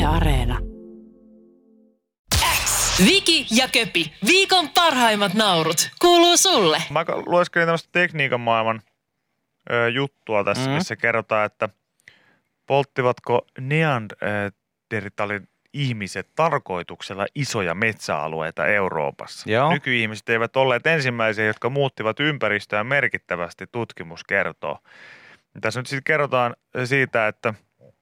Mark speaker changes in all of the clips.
Speaker 1: Yle Areena.
Speaker 2: Viki ja Köpi, viikon parhaimmat naurut, kuuluu sulle.
Speaker 3: Mä lueskelin tämmöistä tekniikan maailman juttua tässä, missä kerrotaan, että polttivatko Neandertalin ihmiset tarkoituksella isoja metsäalueita Euroopassa.
Speaker 4: Joo.
Speaker 3: Nykyihmiset eivät olleet ensimmäisiä, jotka muuttivat ympäristöä merkittävästi, tutkimus kertoo. Tässä nyt sitten kerrotaan siitä, että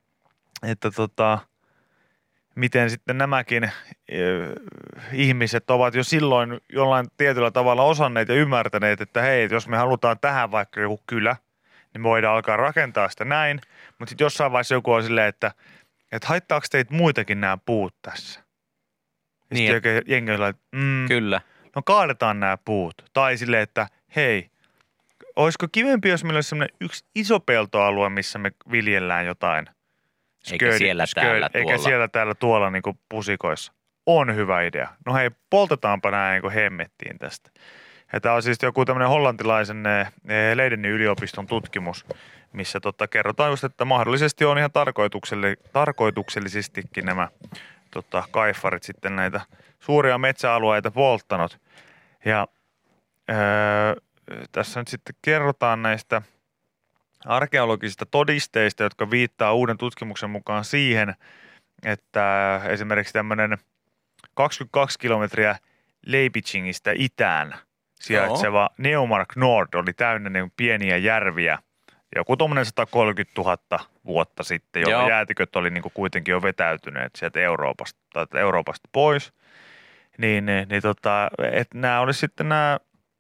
Speaker 3: miten sitten nämäkin ihmiset ovat jo silloin jollain tietyllä tavalla osanneet ja ymmärtäneet, että hei, jos me halutaan tähän vaikka joku kylä, niin me voidaan alkaa rakentaa sitä näin, mutta sitten jossain vaiheessa joku on silleen, että haittaako teitä muitakin nämä puut tässä? Ja
Speaker 4: Niin,
Speaker 3: sitten jengi on että
Speaker 4: kyllä.
Speaker 3: no kaadetaan nämä puut. Tai silleen, että hei, olisiko kivempi, jos meillä olisi sellainen yksi iso peltoalue, missä me viljellään jotain.
Speaker 4: Eikä siellä täällä
Speaker 3: eikä
Speaker 4: tuolla.
Speaker 3: siellä täällä tuolla niin kuin pusikoissa. On hyvä idea. No hei, poltetaanpa nämä niin kuin hemmettiin tästä. Ja tämä on siis joku tämmöinen hollantilaisen Leidenin yliopiston tutkimus, missä kerrotaan just, että mahdollisesti on ihan tarkoituksellisestikin nämä kaifarit sitten näitä suuria metsäalueita polttanut. Ja tässä nyt sitten kerrotaan näistä arkeologisista todisteista, jotka viittaa uuden tutkimuksen mukaan siihen, että esimerkiksi tämmöinen 22 kilometriä Leipzigistä itään sijaitseva Neumark Nord oli täynnä niin pieniä järviä. Joku tuommoinen 130 000 vuotta sitten, jolloin jäätiköt oli niin kuin kuitenkin jo vetäytyneet sieltä Euroopasta pois. Että nämä olisi sitten nämä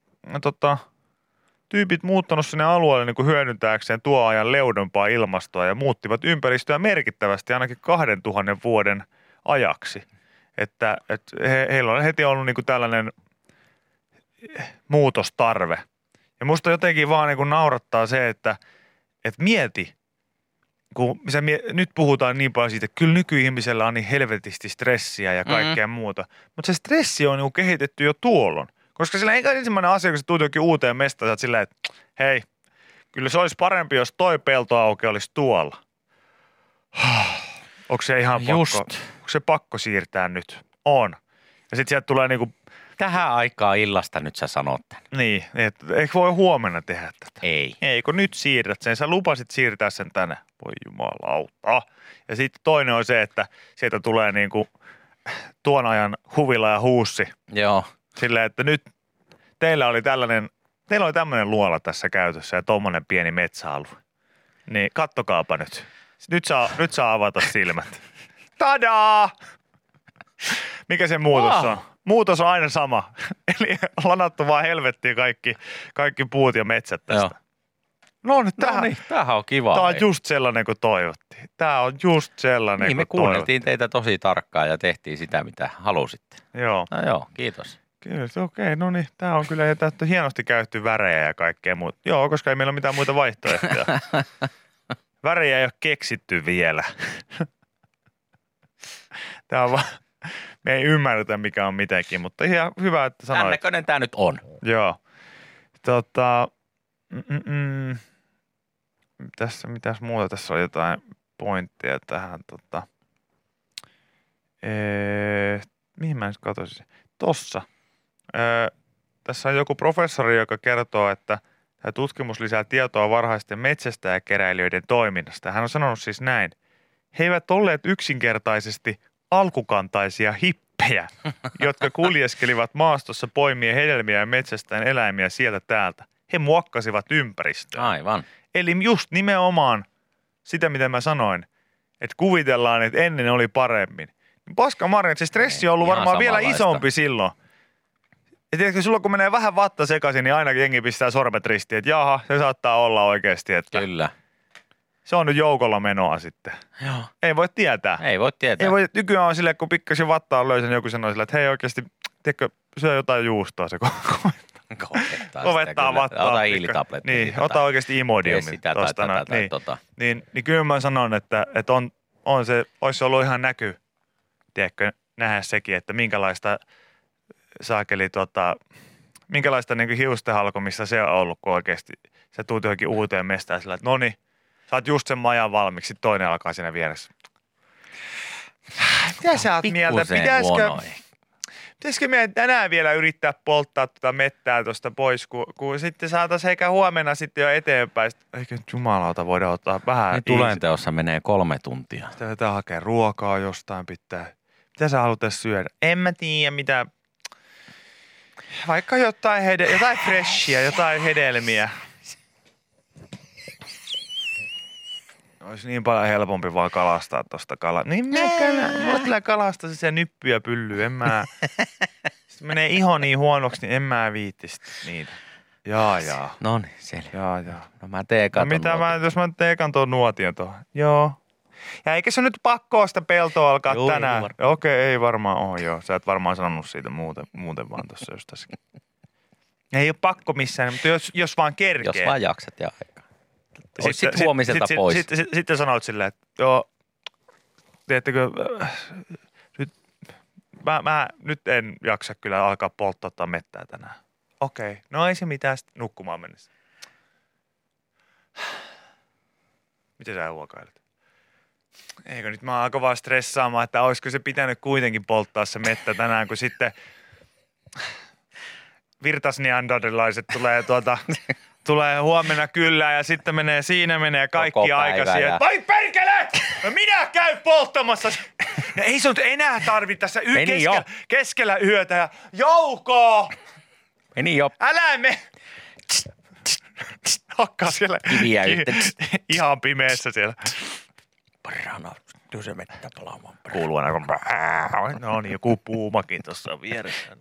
Speaker 3: tyypit muuttanut sinne alueelle niin kuin hyödyntääkseen tuo ajan leudompaa ilmastoa ja muuttivat ympäristöä merkittävästi ainakin 2000 vuoden ajaksi. Että heillä on heti ollut niin kuin tällainen muutostarve. Ja musta jotenkin vaan niin kuin naurattaa se, että mieti, kun nyt puhutaan niin paljon siitä, että kyllä nykyihmisellä on niin helvetisti stressiä ja kaikkea muuta. Mutta se stressi on niin kuin kehitetty jo tuolloin. Koska sillä eikä ensimmäinen asia, kun sä tuut jokin uuteen mestaan, sä oot silleen, että hei, kyllä se olisi parempi, jos toi peltoauke olisi tuolla. Onko se ihan pakko? Onko se pakko siirtää nyt? On. Ja sitten sieltä tulee niinku
Speaker 4: Tähän aikaan illasta nyt sä sanot tän.
Speaker 3: niin, että eikö voi huomenna tehdä tätä?
Speaker 4: Ei.
Speaker 3: Ei, kun nyt siirrät sen. Sä lupasit siirtää sen tänne. Voi jumalauta. Ja sitten toinen on se, että sieltä tulee niinku tuon ajan huvila ja huussi.
Speaker 4: Joo.
Speaker 3: Silleen, että nyt teillä oli tämmöinen luola tässä käytössä ja tommonen pieni metsäalue. Niin kattokaapa nyt. Nyt saa avata silmät. Tadaa! Mikä se muutos on? Muutos on aina sama. Eli lanattu vaan helvettiin kaikki puut ja metsät tästä.
Speaker 4: Joo.
Speaker 3: No nyt
Speaker 4: tämähän on kiva.
Speaker 3: Tämä on just sellainen kuin toivottiin. Tämä on just sellainen
Speaker 4: niin,
Speaker 3: kuin
Speaker 4: me kuunneltiin teitä tosi tarkkaan ja tehtiin sitä, mitä halusitte.
Speaker 3: Joo.
Speaker 4: No joo, kiitos.
Speaker 3: Kyllä, okei, no niin. Tämä on kyllä hienosti käytetty värejä ja kaikkea muuta. Joo, koska ei meillä ole mitään muita vaihtoehtoja. Värejä ei ole keksitty vielä. Tämä on vaan, me ei ymmärretä mikä on mitäkin, mutta ihan hyvä, että sanoit.
Speaker 4: Tämän näköinen tämä nyt on.
Speaker 3: Joo. Mitäs muuta? Tässä on jotain pointtia tähän. Mihin mä nyt katsoisin? Tossa. Tässä on joku professori, joka kertoo, että tämä tutkimus lisää tietoa varhaisten metsästäjäkeräilijöiden toiminnasta. Hän on sanonut siis näin. He eivät olleet yksinkertaisesti alkukantaisia hippejä, jotka kuljeskelivat maastossa poimien hedelmiä ja metsästäen eläimiä sieltä täältä. He muokkasivat ympäristöä.
Speaker 4: Aivan.
Speaker 3: Eli just nimenomaan sitä, mitä mä sanoin, että kuvitellaan, että ennen oli paremmin. Paska Marja, se stressi on ollut
Speaker 4: Ihan
Speaker 3: varmaan vielä
Speaker 4: samanlaista.
Speaker 3: isompi silloin. Ja tiedätkö, silloin kun menee vähän vatta sekaisin, niin aina jengi pistää sormet ristiin, että jaha, se saattaa olla oikeasti, että
Speaker 4: Kyllä.
Speaker 3: se on nyt joukolla menoa sitten.
Speaker 4: Joo.
Speaker 3: Ei voi tietää.
Speaker 4: Ei voi tietää.
Speaker 3: Ei voi, nykyään on silleen, kun pikkasen vattaa on löysä, niin joku sanoo silleen, että hei oikeasti, tiedätkö, syö jotain juustoa se kovettaa vattaa.
Speaker 4: Ota hiilitabletti.
Speaker 3: Niin, ota oikeasti Imodiumin.
Speaker 4: Sitä
Speaker 3: tosta
Speaker 4: tai
Speaker 3: noin.
Speaker 4: tota.
Speaker 3: Niin kyllä mä sanon, että on se, olisi ollut ihan näky, tiedätkö, nähdä sekin, että minkälaista saakeli minkälaista niin hiustenhalkomista se on ollut, kun oikeasti sä tuut johonkin uuteen mestaan sillä, että noni, sä oot just sen majan valmiiksi, sit toinen alkaa siinä vieressä. Mitä sä oot mieltä? Pitäisikö meidän tänään vielä yrittää polttaa tuota mettää tuosta pois, kun sitten saataisiin eikä huomenna sitten jo eteenpäin. Eikö nyt jumalauta voida ottaa vähän
Speaker 4: Niin tulenteossa menee 3 tuntia.
Speaker 3: Sitä pitää hakea ruokaa jostain pitää. Mitä sä haluat syödä? En mä tiedä mitä. Vaikka jotain freshia, jotain hedelmiä. Olisi niin paljon helpompi vaan kalastaa tosta kalaa. Niin mulla tulee kalasta se nyppyjä pyllyy. En mä. Sitten menee iho niin huonoksi, niin en mä viittistä niitä. Jaa.
Speaker 4: No niin, selvä.
Speaker 3: Jaa.
Speaker 4: No mä teekan
Speaker 3: jos mä teekan tuon nuotion tuohon. Joo. Ja eikä se nyt pakko sitä peltoa alkaa tänään? Okei, ei varmaan ole joo. Sä et varmaan sanonut siitä muuten vaan tuossa just tässäkin. Ei ole pakko missään, mutta jos vaan kerkee.
Speaker 4: Jos vaan jaksat ja aikaa. Sitten huomiselta pois.
Speaker 3: Sitten sanoit silleen, että joo, tiedättekö, mä nyt en jaksa kyllä alkaa polttaa mettää tänään. Okei, no ei se mitään sitten nukkumaan mennessä. Miten sä huokailet? Eikö nyt mä alkoi vaan stressaamaan, että olisiko se pitänyt kuitenkin polttaa se mettä tänään, kun sitten virtasneanderilaiset tulee huomenna kyllä ja sitten menee kaikki aika siihen. Vai perkele! No minä käyn polttamassa. Ja ei se nyt enää tarvitse tässä keskellä yötä. Ja Jouko!
Speaker 4: Meni jo.
Speaker 3: Älä me! Hakkaa siellä.
Speaker 4: Kiviä yhteen.
Speaker 3: Ihan pimeässä siellä.
Speaker 4: Parana, se vettä palaamaan.
Speaker 3: Kuuluu aina. No niin, joku puumakin tuossa vieressä.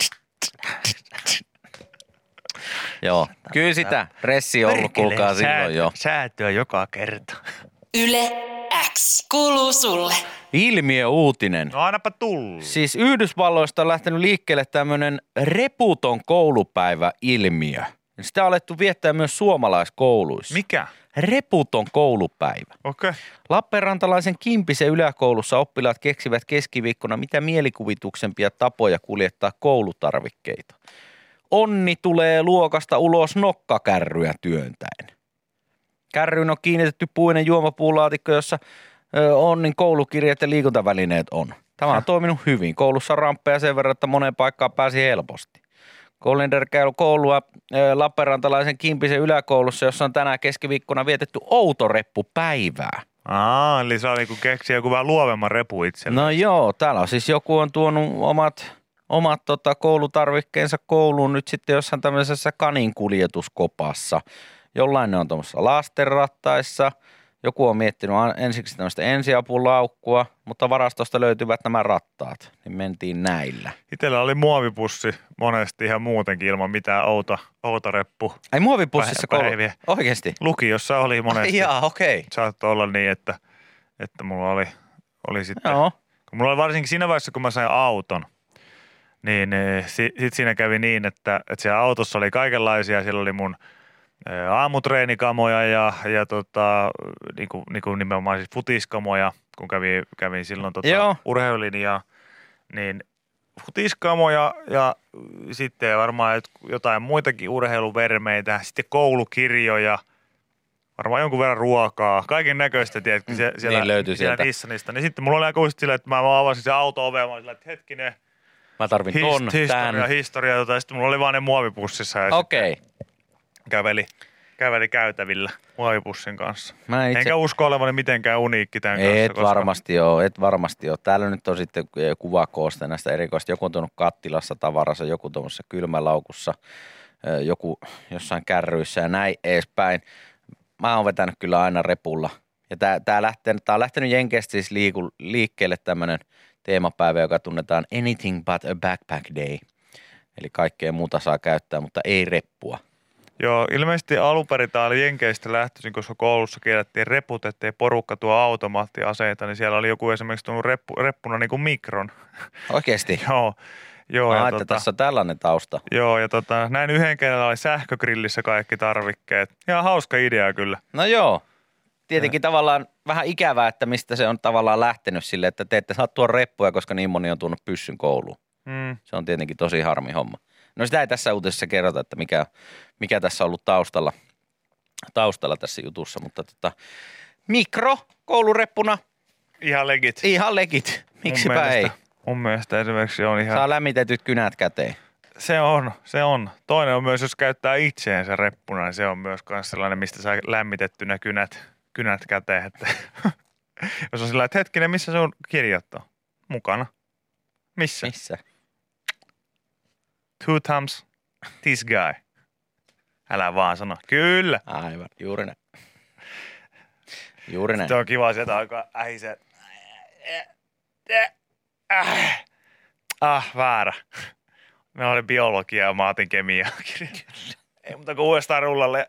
Speaker 4: Joo, kyllä sitä ressi on ollut, kuulkaa silloin jo.
Speaker 3: Säätöä joka kerta.
Speaker 2: Yle X kuuluu sulle.
Speaker 4: Ilmiö-uutinen.
Speaker 3: No annapa tullut.
Speaker 4: Siis Yhdysvalloista on lähtenyt liikkeelle tämmöinen reputon koulupäivä-ilmiö. Sitä on alettu viettää myös suomalaiskouluissa.
Speaker 3: Mikä?
Speaker 4: Reputon koulupäivä.
Speaker 3: Okei.
Speaker 4: Lappeenrantalaisen Kimpisen yläkoulussa oppilaat keksivät keskiviikkona mitä mielikuvituksempia tapoja kuljettaa koulutarvikkeita. Onni tulee luokasta ulos nokkakärryä työntäen. Kärryyn on kiinnitetty puinen juomapuulaatikko, jossa Onnin koulukirjat ja liikuntavälineet on. Tämä on toiminut hyvin. Koulussa on ramppeja sen verran, että moneen paikkaan pääsi helposti. Kollinder käy koulua Lappeenrantalaisen Kimpisen yläkoulussa, jossa on tänään keskiviikkona vietetty outoreppupäivää.
Speaker 3: Eli se oli kun keksi joku vähän luovemman repu itselle.
Speaker 4: No joo, täällä on siis joku on tuonut omat koulutarvikkeensa kouluun nyt sitten jossain tämmöisessä kaninkuljetuskopassa. Jollain ne on tuommoisessa lastenrattaissa. Joku on miettinyt ensiksi tämmöistä ensiapulaukkua, mutta varastosta löytyvät nämä rattaat, niin mentiin näillä.
Speaker 3: Itsellä oli muovipussi monesti ihan muutenkin ilman mitään outa reppu.
Speaker 4: Ai muovipussissa päiviä. Oikeasti?
Speaker 3: Lukiossa oli monesti.
Speaker 4: Jaa, okei.
Speaker 3: Saattoi olla niin, että mulla oli sitten,
Speaker 4: joo.
Speaker 3: Kun mulla oli varsinkin siinä vaiheessa, kun mä sain auton, niin sitten siinä kävi niin, että siellä autossa oli kaikenlaisia, siellä oli mun aamutreenikamoja ja niin kuin nimenomaan siis futiskamoja, kun kävin silloin urheilulinjaa, niin futiskamoja ja sitten varmaan jotain muitakin urheiluvermeitä, sitten koulukirjoja, varmaan jonkun verran ruokaa, kaiken näköistä, tiedätkö, siellä,
Speaker 4: niin löytyi sieltä.
Speaker 3: Nissanista. Niin sitten mulla oli aika uusiksi sillä, että mä avasin se auto-ovea, mä olin sillä, että hetkinen,
Speaker 4: mä tarvin
Speaker 3: historia, ja sitten mulla oli vaan ne muovipussissa ja käveli käytävillä muovipussin kanssa. Enkä usko olevani mitenkään uniikki tämän kanssa.
Speaker 4: Et varmasti ole. Täällä nyt on sitten kuvakooste näistä erikoista. Joku on tuonut kattilassa tavarassa, joku tuossa kylmälaukussa, joku jossain kärryissä ja näin edespäin. Mä oon vetänyt kyllä aina repulla. Ja tää on lähtenyt Jenkeistä siis liikkeelle tämmönen teemapäivä, joka tunnetaan Anything but a Backpack Day. Eli kaikkea muuta saa käyttää, mutta ei reppua.
Speaker 3: Joo, ilmeisesti alun perin tämä oli Jenkeistä lähtöisin, koska koulussa kiellettiin reput, ettei porukka tuo automaattiaseita, niin siellä oli joku esimerkiksi tuonut reppuna niin kuin mikron.
Speaker 4: Oikeasti?
Speaker 3: Joo.
Speaker 4: Että tässä on tällainen tausta.
Speaker 3: Joo, ja näin yhden kerran oli sähkögrillissä kaikki tarvikkeet. Ihan hauska idea kyllä.
Speaker 4: No joo. Tietenkin tavallaan vähän ikävää, että mistä se on tavallaan lähtenyt sille, että te ette saa tuon reppuja, koska niin moni on tuonut pyssyn kouluun. Se on tietenkin tosi harmi homma. No sitä ei tässä uutisessa kerrota, että mikä tässä on ollut taustalla tässä jutussa, mutta mikro koulureppuna
Speaker 3: Ihan legit.
Speaker 4: Ihan legit. Miksipä ei?
Speaker 3: Mun mielestä esimerkiksi se on ihan...
Speaker 4: Saa lämmitetyt kynät käteen.
Speaker 3: Se on. Toinen on myös, jos käyttää itseensä reppuna, niin se on myös sellainen, mistä saa lämmitettynä kynät käteen. Että jos on sillä, että hetkinen, missä se on kirjattu? Mukana. Missä? 2 times this guy. Älä vaan sano. Kyllä.
Speaker 4: Aivan, juuri näin. Juuri näin.
Speaker 3: Sitten on kiva sieltä alkaa ähisee. Väärä. Meillä oli biologia ja mä otin kemiaa. Ei muuta kuin uudestaan rullalle.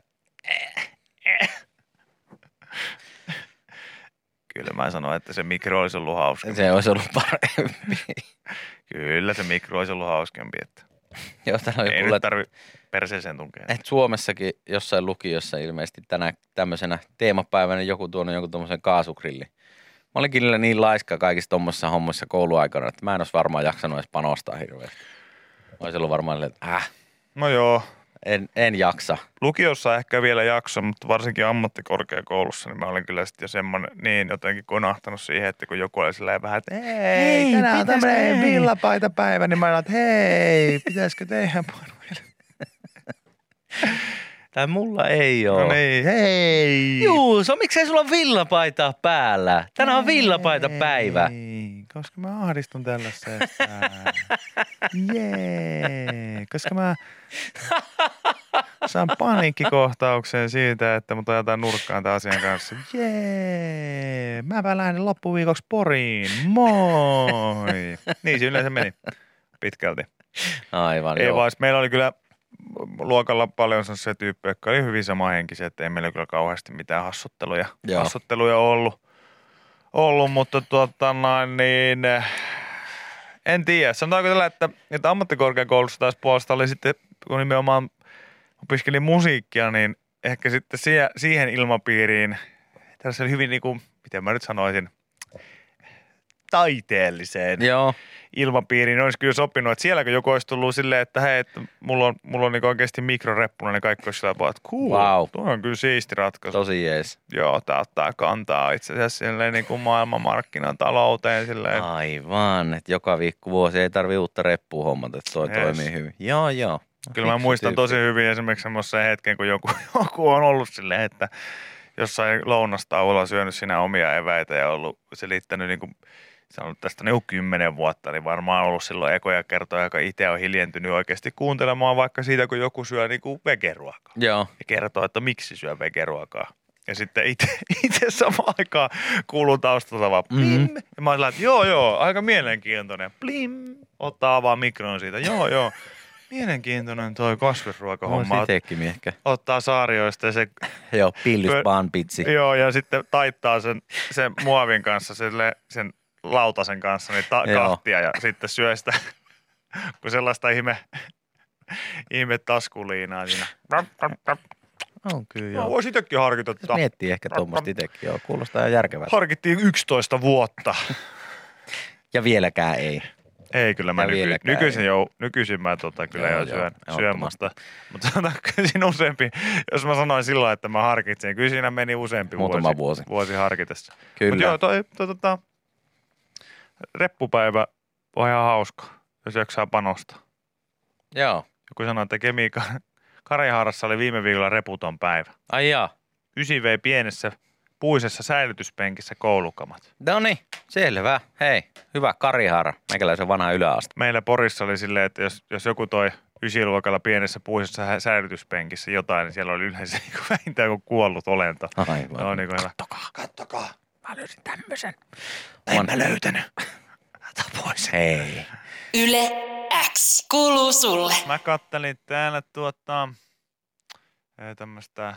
Speaker 3: Kyllä mä sanoin, että se mikro olisi ollut hauskempi.
Speaker 4: Se olisi ollut parempi.
Speaker 3: Kyllä se mikro olisi ollut hauskempi. Että
Speaker 4: Joo,
Speaker 3: ei nyt tarvitse perseeseen tunkea.
Speaker 4: Et Suomessakin jossain lukiossa ilmeisesti tänä tämmöisenä teemapäivänä joku tuonut jonkun tommosen kaasugrillin. Mä olin kyllä niin laiska kaikissa tommosissa hommissa kouluaikana, että mä en olisi varmaan jaksanut edes panostaa hirveästi. Olisi ollut varmaan, että
Speaker 3: No joo.
Speaker 4: En jaksa.
Speaker 3: Lukiossa ehkä vielä jakso, mutta varsinkin ammattikorkeakoulussa, niin mä olin kyllä sitten jo semmoinen niin jotenkin konahtanut siihen, että kun joku oli silleen vähän, että hei tänään on tämmöinen villapaitapäivä, niin mä olin, että hei, pitäisikö tehdä parveille?
Speaker 4: Tai mulla ei oo.
Speaker 3: No niin, hei.
Speaker 4: Juuso, miksei sulla villapaitaa päällä? Tänään on villapaitapäivä.
Speaker 3: Ei, koska mä ahdistun tällaisessa. Jee, koska mä saan paniikkikohtauksen siitä, että mut ajetaan nurkkaan tämän asian kanssa. Jee, mäpä lähden loppuviikoksi Poriin. Moi. Niin se yleensä meni pitkälti.
Speaker 4: Aivan,
Speaker 3: Ei
Speaker 4: joo.
Speaker 3: vaan, meillä oli kyllä luokalla paljon se tyyppi, joka oli hyvin samahenkisiä, että ei meillä kyllä kauheasti mitään hassutteluja ollut, mutta niin, en tiedä. Sanotaanko tällä, että ammattikorkeakoulussa taas puolesta oli sitten, kun nimenomaan opiskelin musiikkia, niin ehkä sitten siihen ilmapiiriin, tässä oli hyvin niin kuin, miten mä nyt sanoisin, taiteelliseen ilmapiiriin olisi kyllä sopinut, että sielläkö joku olisi tullut silleen, että hei, että mulla on niin oikeasti mikroreppuna, niin kaikki olisi sillä tavalla, että cool, tuo on kyllä siisti ratkaisu.
Speaker 4: Tosi jees.
Speaker 3: Joo, tää ottaa kantaa itse asiassa silleen niin kuin maailmanmarkkinatalouteen silleen.
Speaker 4: Aivan, että joka vuosi ei tarvi uutta reppua hommata, että toi toimii hyvin. Joo.
Speaker 3: Kyllä mä muistan tosi hyvin esimerkiksi semmoisen hetken, kun joku on ollut silleen, että jossain lounastauolla syönyt sinä omia eväitä ja ollut selittänyt niin kuin sanonut tästä niin 10 vuotta, niin varmaan ollut silloin ekoja kertoja, joka itse on hiljentynyt oikeasti kuuntelemaan vaikka siitä, kun joku syö niin kuin vegeruokaa.
Speaker 4: Joo.
Speaker 3: Ja kertoo, että miksi syö vegeruokaa. Ja sitten itse samaan aikaan kuuluu taustalta vaan plim. Ja mä oon että joo, aika mielenkiintoinen. Plim. Ottaa vaan mikron siitä. Joo. Mielenkiintoinen toi kasvisruokahomma.
Speaker 4: Ois itekin ehkä.
Speaker 3: Ottaa saarioista ja se...
Speaker 4: Joo, pillyspaan-pitsi.
Speaker 3: Joo, ja sitten taittaa sen muovin kanssa, sen lautasen kanssa niin kahtia ja sitten syö sitä, kun sellaista ihme taskuliinaa siinä.
Speaker 4: On kyllä joo.
Speaker 3: Voisi itsekin harkita.
Speaker 4: Miettii ehkä tuommoista itsekin, joo. Kuulostaa ihan järkevältä.
Speaker 3: Harkittiin 11 vuotta.
Speaker 4: Ja vieläkään ei.
Speaker 3: Ei kyllä mä nykyisin mä kyllä jo syön mutta sanotaanko siinä useampi, jos mä sanoin silloin, että mä harkitsin, niin kyllä siinä meni useampi vuosi harkitessa.
Speaker 4: Kyllä.
Speaker 3: Mutta joo, reppupäivä on ihan hauska, jos jaksaa panostaa.
Speaker 4: Joo.
Speaker 3: Joku sanoi, että Karihaarassa oli viime viikolla reputon päivä.
Speaker 4: Ai jaa.
Speaker 3: 9 vei pienessä puisessa säilytyspenkissä koulukamat.
Speaker 4: No niin, selvä. Hei, hyvä Karihaara, meikäläisen vanha yläaste.
Speaker 3: Meillä Porissa oli silleen, että jos joku toi 9-luokalla pienessä puisessa säilytyspenkissä jotain, niin siellä oli yleensä vähintään kuin kuollut olento.
Speaker 4: Aivan.
Speaker 3: No, niin kattokaa. Mä löysin tämmöisen. En mä löytänyt. Ota pois.
Speaker 4: Hei.
Speaker 2: Yle X kuuluu sulle.
Speaker 3: Mä kattelin täällä tämmöstä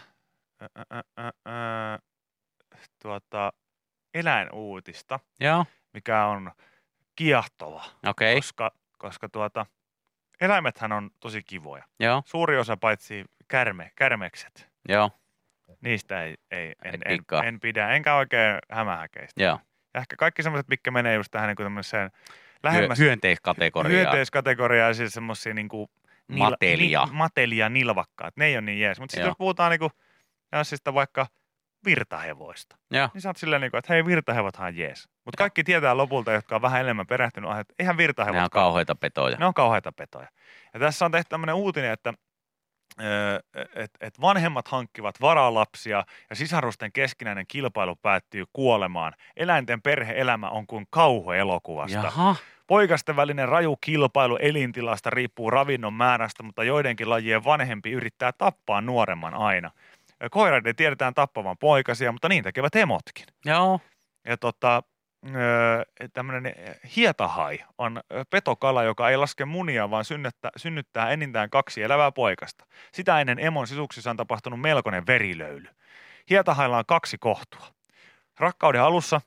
Speaker 3: eläinuutista,
Speaker 4: Joo.
Speaker 3: mikä on kiehtova.
Speaker 4: Okei.
Speaker 3: Koska eläimethän on tosi kivoja.
Speaker 4: Joo.
Speaker 3: Suuri osa paitsi kärmekset.
Speaker 4: Joo.
Speaker 3: Niistä en pidä, enkä oikein hämähäkeistä.
Speaker 4: Joo.
Speaker 3: Ja ehkä kaikki semmoiset, mitkä menee just tähän niin kuin tämmöiseen lähemmäs hyönteiskategoriaan, siis semmosia niinku
Speaker 4: matelia
Speaker 3: nilvakkaat. Ne ei ole niin jees. Mutta sitten jos puhutaan niinku, vaikka virtahevoista.
Speaker 4: Joo.
Speaker 3: Niin sä oot silleen, että hei, virtahevothan on jees. Mutta kaikki tietää lopulta, jotka on vähän enemmän perehtynyt, että eihän virtahevot.
Speaker 4: Ne on kauheita petoja.
Speaker 3: Ne on kauheita petoja. Ja tässä on tehty tämmöinen uutinen, että vanhemmat hankkivat varalapsia ja sisarusten keskinäinen kilpailu päättyy kuolemaan. Eläinten perhe-elämä on kuin kauhuelokuvasta.
Speaker 4: Jaha.
Speaker 3: Poikasten välinen raju kilpailu elintilasta riippuu ravinnon määrästä, mutta joidenkin lajien vanhempi yrittää tappaa nuoremman aina. Koiraiden tiedetään tappavan poikasia, mutta niin tekevät emotkin.
Speaker 4: Joo.
Speaker 3: Ja tämmöinen hietahai on petokala, joka ei laske munia, vaan synnyttää enintään 2 elävää poikasta. Sitä ennen emon sisuksissa on tapahtunut melkoinen verilöyly. Hietahailla on 2 kohtua. Rakkauden alussa,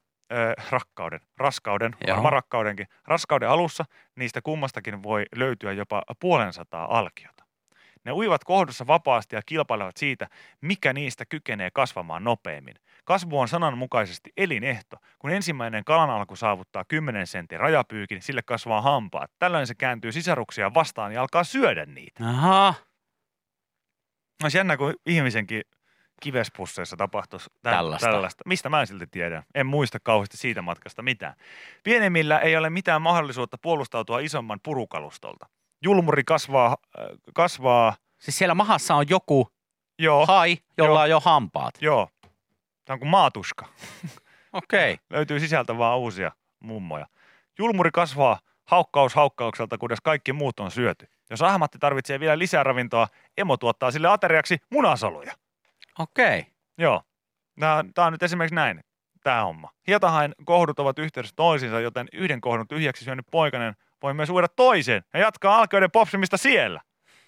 Speaker 3: raskauden alussa niistä kummastakin voi löytyä jopa 500 alkiota. Ne uivat kohdussa vapaasti ja kilpailevat siitä, mikä niistä kykenee kasvamaan nopeimmin. Kasvu on sananmukaisesti elinehto. Kun ensimmäinen kalan alku saavuttaa 10 sentin rajapyykin, sille kasvaa hampaat. Tällöin se kääntyy sisaruksia vastaan ja alkaa syödä niitä.
Speaker 4: Aha.
Speaker 3: Olisi jännä, kun ihmisenkin kivespusseissa tapahtuisi tällaista. Mistä mä silti tiedän? En muista kauheasti siitä matkasta mitään. Pienemmillä ei ole mitään mahdollisuutta puolustautua isomman purukalustolta. Julmuri kasvaa.
Speaker 4: Siis siellä mahassa on joku
Speaker 3: Joo.
Speaker 4: hai, jolla on jo hampaat.
Speaker 3: Joo. Tämä on kuin maatuska.
Speaker 4: Okei.
Speaker 3: Löytyy sisältä vaan uusia mummoja. Julmuri kasvaa haukkaukselta, kunnes kaikki muut on syöty. Jos ahmatti tarvitsee vielä lisää ravintoa, emo tuottaa sille ateriaksi munasoluja.
Speaker 4: Okei.
Speaker 3: Joo. Tämä on nyt esimerkiksi näin, tämä homma. Hietahain kohdut ovat yhteydessä toisiinsa, joten yhden kohdun tyhjäksi syönyt poikainen voi myös uida toiseen ja jatkaa alkioiden popsimista siellä.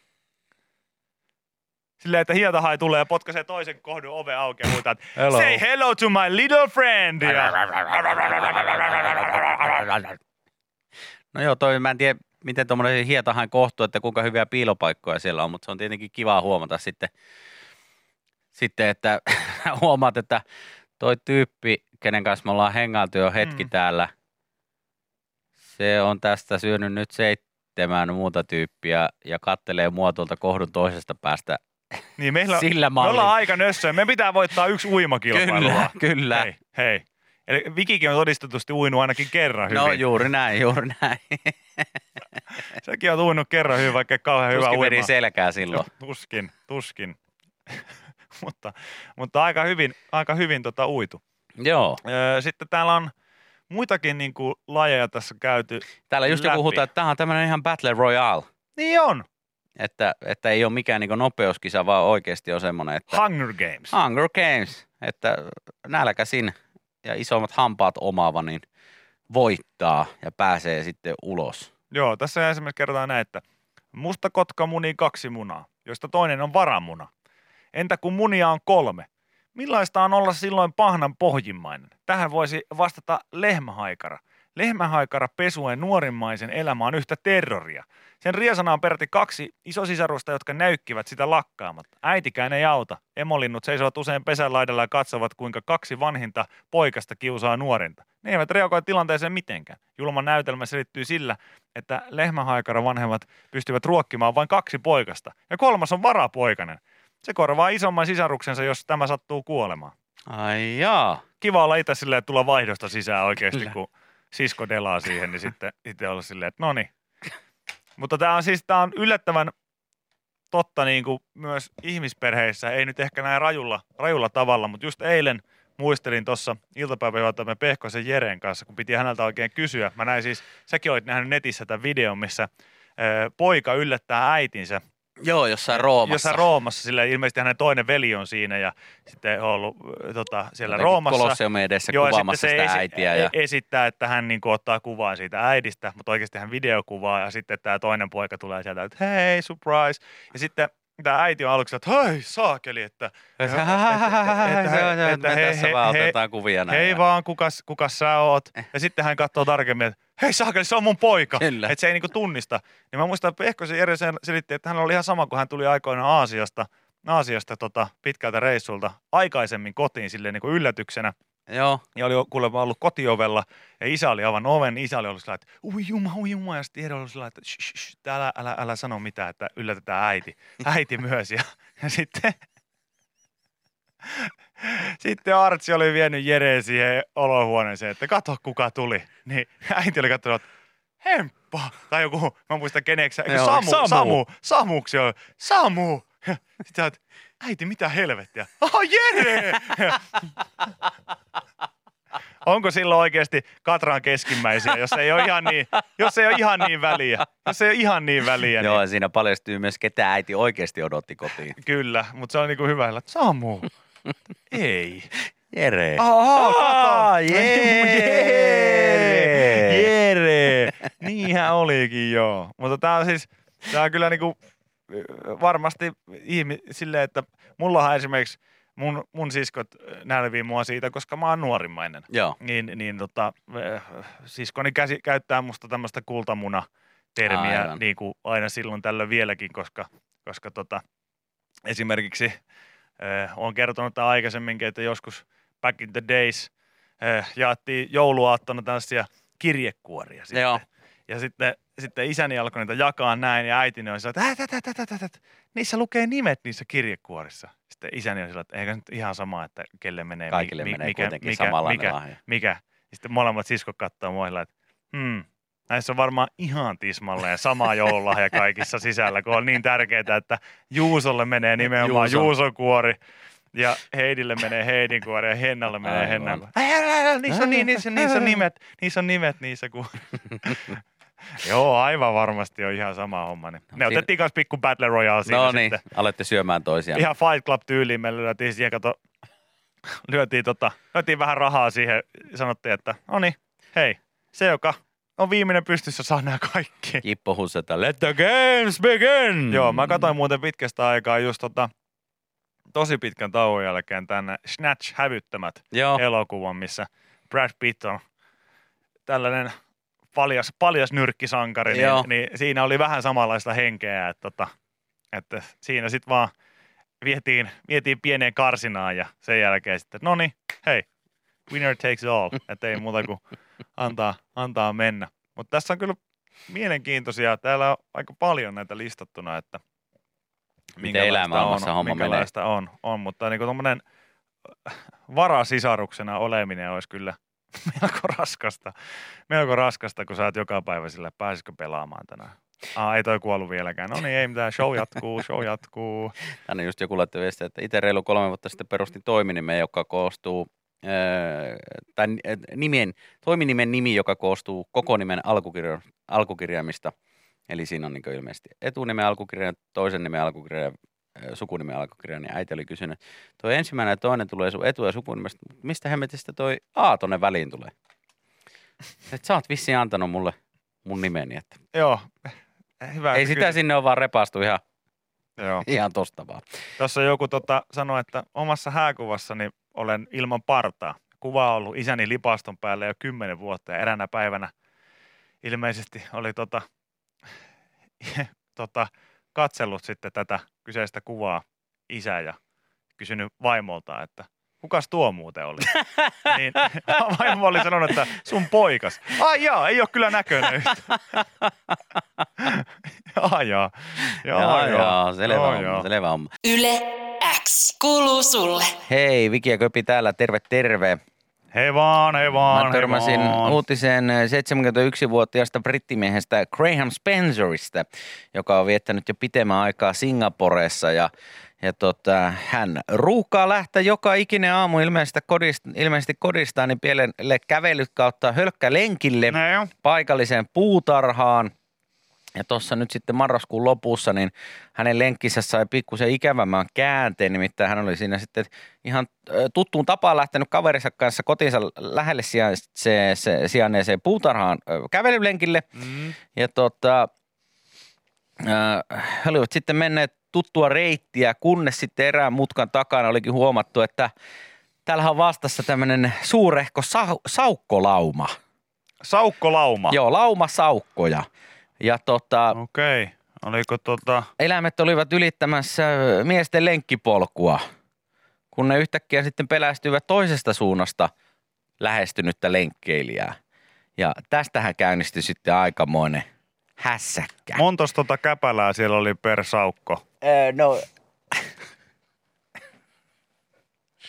Speaker 3: Silleen, että hietahai tulee ja potkaisee toisen kohdun oven auki ja huutaa,
Speaker 4: Hello.
Speaker 3: say hello to my little friend. Ja
Speaker 4: No joo, mä en tiedä, miten tuommoinen hietahain kohtuu, että kuinka hyviä piilopaikkoja siellä on, mutta se on tietenkin kiva huomata sitten että huomaat, että toi tyyppi, kenen kanssa me ollaan hengailtu jo hetki täällä, se on tästä syönyt nyt 7 muuta tyyppiä ja kattelee mua tuolta kohdun toisesta päästä
Speaker 3: niin
Speaker 4: sillä
Speaker 3: me
Speaker 4: mallilla.
Speaker 3: ollaan aika nössöjä. Me pitää voittaa 1 uimakilpailu.
Speaker 4: Kyllä.
Speaker 3: Hei. Eli Vikikin on todistetusti uinut ainakin kerran hyvin.
Speaker 4: No juuri näin.
Speaker 3: Sekin on uinut kerran hyvin, vaikka kauhean hyvä
Speaker 4: Tuskin
Speaker 3: uima.
Speaker 4: veri selkää silloin.
Speaker 3: Tuskin. mutta aika hyvin uitu.
Speaker 4: Joo.
Speaker 3: Sitten täällä on muitakin niin kuin lajeja tässä käyty
Speaker 4: Täällä just
Speaker 3: läpi.
Speaker 4: joku huutaa, että tämä on tämmöinen ihan Battle Royale.
Speaker 3: Niin on.
Speaker 4: Että ei ole mikään niin nopeuskisa, vaan oikeasti on semmoinen, että Hunger Games, että nälkäsin ja isommat hampaat omaava niin voittaa ja pääsee sitten ulos.
Speaker 3: Joo, tässä esimerkiksi kerrotaan näin, että musta kotka munii 2 munaa, josta toinen on varamuna. Entä kun munia on 3? Millaista on olla silloin pahnan pohjimmainen? Tähän voisi vastata lehmähaikara. Lehmähaikara pesuen nuorimmaisen elämä on yhtä terroria. Sen riesana on peräti 2 isosisarusta, jotka näykkivät sitä lakkaamatta. Äitikään ei auta. Emolinnut seisovat usein pesän laidalla ja katsovat, kuinka 2 vanhinta poikasta kiusaa nuorinta. Ne eivät reagoi tilanteeseen mitenkään. Julma näytelmä selittyy sillä, että lehmähaikara vanhemmat pystyvät ruokkimaan vain 2 poikasta. Ja 3 on varapoikainen. Se korvaa isomman sisaruksensa, jos tämä sattuu kuolemaan.
Speaker 4: Ai jaa.
Speaker 3: Kiva olla itse silleen, että tulla vaihdosta sisään oikeasti,
Speaker 4: Kyllä.
Speaker 3: kun sisko delaa siihen, niin sitten itse olla silleen, että no niin. Mutta tämä on yllättävän totta niin kuin myös ihmisperheissä, ei nyt ehkä näin rajulla tavalla, mutta just eilen muistelin tuossa iltapäiväjuotamme Pehkosen Jeren kanssa, kun piti häneltä oikein kysyä. Mä näin siis, säkin olit nähnyt netissä tämän videon, missä poika yllättää äitinsä.
Speaker 4: Joo, jossain Roomassa.
Speaker 3: Sillä ilmeisesti hänen toinen veli on siinä ja sitten on ollut siellä Roomassa.
Speaker 4: Kolosseumin edessä
Speaker 3: joo,
Speaker 4: kuvaamassa sitä äitiä. Ja
Speaker 3: esittää, että hän niin kuin ottaa kuvaa siitä äidistä, mutta oikeasti hän videokuvaa ja sitten tämä toinen poika tulee sieltä, että hei, surprise. Ja sitten tämä äiti on aluksi, että hei, saakeli, että
Speaker 4: tässä vaan otetaan kuvia näin.
Speaker 3: Hei vaan, kukas sä oot? Ja sitten hän katsoo tarkemmin, että hei saakeli, se on mun poika.
Speaker 4: Kyllä.
Speaker 3: Että se ei niinku tunnista. Niin mä muistan, että Pehkosen Jere selitti, että hän oli ihan sama, kun hän tuli aikoinaan Aasiasta pitkältä reissulta aikaisemmin kotiin silleen niin kuin yllätyksenä.
Speaker 4: Joo.
Speaker 3: Ja oli kuulemma ollut kotiovella ja isä oli avannut oven. Isä oli ollut sellainen, että ui juma. Ja sitten Jere oli sellainen, että älä sano mitään, että yllätetään äiti myös. Ja sitten Sitten Artsi oli vienyt Jereen siihen olohuoneeseen, että katso kuka tuli. Niin äiti oli katsonut, Hemppa. Tai joku, mä muistan keneksi. Samuksi oli. Samu. Sitten sä oot, äiti mitä helvettiä. Jere! Onko silloin oikeasti Katran keskimmäisiä, jos ei ole ihan niin väliä? Jos ei ole ihan niin väliä.
Speaker 4: Joo,
Speaker 3: niin.
Speaker 4: siinä paljastyy myös, ketä äiti oikeasti odotti kotiin.
Speaker 3: Kyllä, mutta se on niinku hyvä, että Samu. Ei.
Speaker 4: Jere.
Speaker 3: Jere. Niinhän olikin, joo. Mutta tää on kyllä niinku varmasti silleen, että mullahan esimerkiksi mun siskot nälvii mua siitä, koska mä oon nuorimmainen.
Speaker 4: Joo.
Speaker 3: Siskoni käyttää musta tämmöistä kultamuna-termiä niin kuin aina silloin tällöin vieläkin, koska esimerkiksi olen kertonut tämän aikaisemminkin, että joskus back in the days jaettiin jouluaattona tällaisia kirjekuoria sitten.
Speaker 4: Joo.
Speaker 3: Ja sitten isäni alkoi niitä jakaa näin ja äitini oli sillä, että niissä lukee nimet niissä kirjekuorissa. Sitten isäni oli sillä, että eikä nyt ihan sama, että kelle menee.
Speaker 4: Kaikille menee kuitenkin samanlainen lahja.
Speaker 3: Mikä? Sitten molemmat siskot katsoo mua, että näissä on varmaan ihan tismalleen sama joululahja kaikissa sisällä, kun on niin tärkeää, että Juusolle menee nimenomaan Juuson kuori. Ja Heidille menee Heidin kuori ja Hennalle menee Hennan kuori. Niissä on nimet niissä kuori. Joo, aivan varmasti on ihan sama homma. Niin. Me otettiin kanssa pikku Battle Royale siinä
Speaker 4: no niin,
Speaker 3: sitten.
Speaker 4: alette syömään toisiaan.
Speaker 3: Ihan Fight Club tyyliin me lyötiin siihen, lyötiin vähän rahaa siihen. Sanottiin, että no niin, hei, se joka on viimeinen pystyssä saa nämä kaikki.
Speaker 4: Jippo Husseta, let the games begin!
Speaker 3: Joo, mä katsoin muuten pitkästä aikaa just tosi pitkän tauon jälkeen tänne Snatch hävyttämät elokuvan, missä Brad Pitt on tällainen paljas nyrkkisankari, niin siinä oli vähän samanlaista henkeä, että siinä sitten vaan vietiin pieneen karsinaan ja sen jälkeen sitten, no niin, hei, winner takes all, että ei muuta kuin antaa mennä. Mutta tässä on kyllä mielenkiintoisia, täällä on aika paljon näitä listattuna, että
Speaker 4: miten elämässä homma menee.
Speaker 3: On, mutta niin tuommoinen varasisaruksena oleminen olisi kyllä melko raskasta, kun sä oot joka päivä sillä, pääsisikö pelaamaan tänään. Ei toi kuollut vieläkään. No niin, ei mitään, show jatkuu.
Speaker 4: Tänne just joku laittoi viestiä, että itse reilu 3 vuotta sitten perustin toiminimen, joka koostuu, toiminimen nimi, joka koostuu koko nimen alkukirjaimista. Eli siinä on niin ilmeisesti etunimen alkukirja, toisen nimen alkukirja, sukunimen alkukirja, niin äiti oli kysynyt, toi ensimmäinen ja toinen tulee sun etu- ja sukunimestä, mistä hemmetistä toi A tonne väliin tulee? Et sä oot vissiin antanut mulle mun nimeni, että
Speaker 3: joo, hyvä.
Speaker 4: Ei sitä sinne ole vaan repastu
Speaker 3: joo.
Speaker 4: Ihan tosta vaan.
Speaker 3: Tuossa joku sanoi, että omassa hääkuvassani olen ilman partaa. Kuva on ollut isäni lipaston päällä jo 10 vuotta ja eräänä päivänä ilmeisesti oli katsellut sitten tätä kyseistä kuvaa isä ja kysynyt vaimolta, että kukas tuo muuten oli? Niin vaimo oli sanonut, että sun poikas. Ai jaa, ei ole kyllä näköinen yhtä. Jaa,
Speaker 4: selvä homma.
Speaker 2: Yle X kuuluu sulle.
Speaker 4: Hei, Viki ja Köpi täällä, terve.
Speaker 3: Hei vaan.
Speaker 4: Mä törmäsin uutiseen 71-vuotiaasta brittimiehestä Graham Spencerista, joka on viettänyt jo pitemmän aikaa Singaporessa ja hän ruuhkaa lähteä joka ikinen aamu ilmeisesti kodistaan niin pienelle kävelyt kautta hölkkälenkille paikalliseen puutarhaan. Ja tuossa nyt sitten marraskuun lopussa, niin hänen lenkkinsä sai pikkusen ikävämmän käänteen, nimittäin hän oli siinä sitten ihan tuttuun tapaan lähtenyt kaverinsa kanssa kotinsa lähelle sijainneeseen puutarhaan kävelylenkille. Ja he olivat sitten menneet tuttua reittiä, kunnes sitten erään mutkan takana olikin huomattu, että täällähän on vastassa tämmöinen suurehko saukkolauma.
Speaker 3: Saukkolauma?
Speaker 4: Joo, lauma saukkoja. Ja
Speaker 3: okei. Oliko
Speaker 4: eläimet olivat ylittämässä miesten lenkkipolkua, kun ne yhtäkkiä sitten pelästyivät toisesta suunnasta lähestynyttä lenkkeilijää. Ja tästähän käynnistyi sitten aikamoinen hässäkkä.
Speaker 3: Montos käpälää siellä oli per saukko?
Speaker 4: No,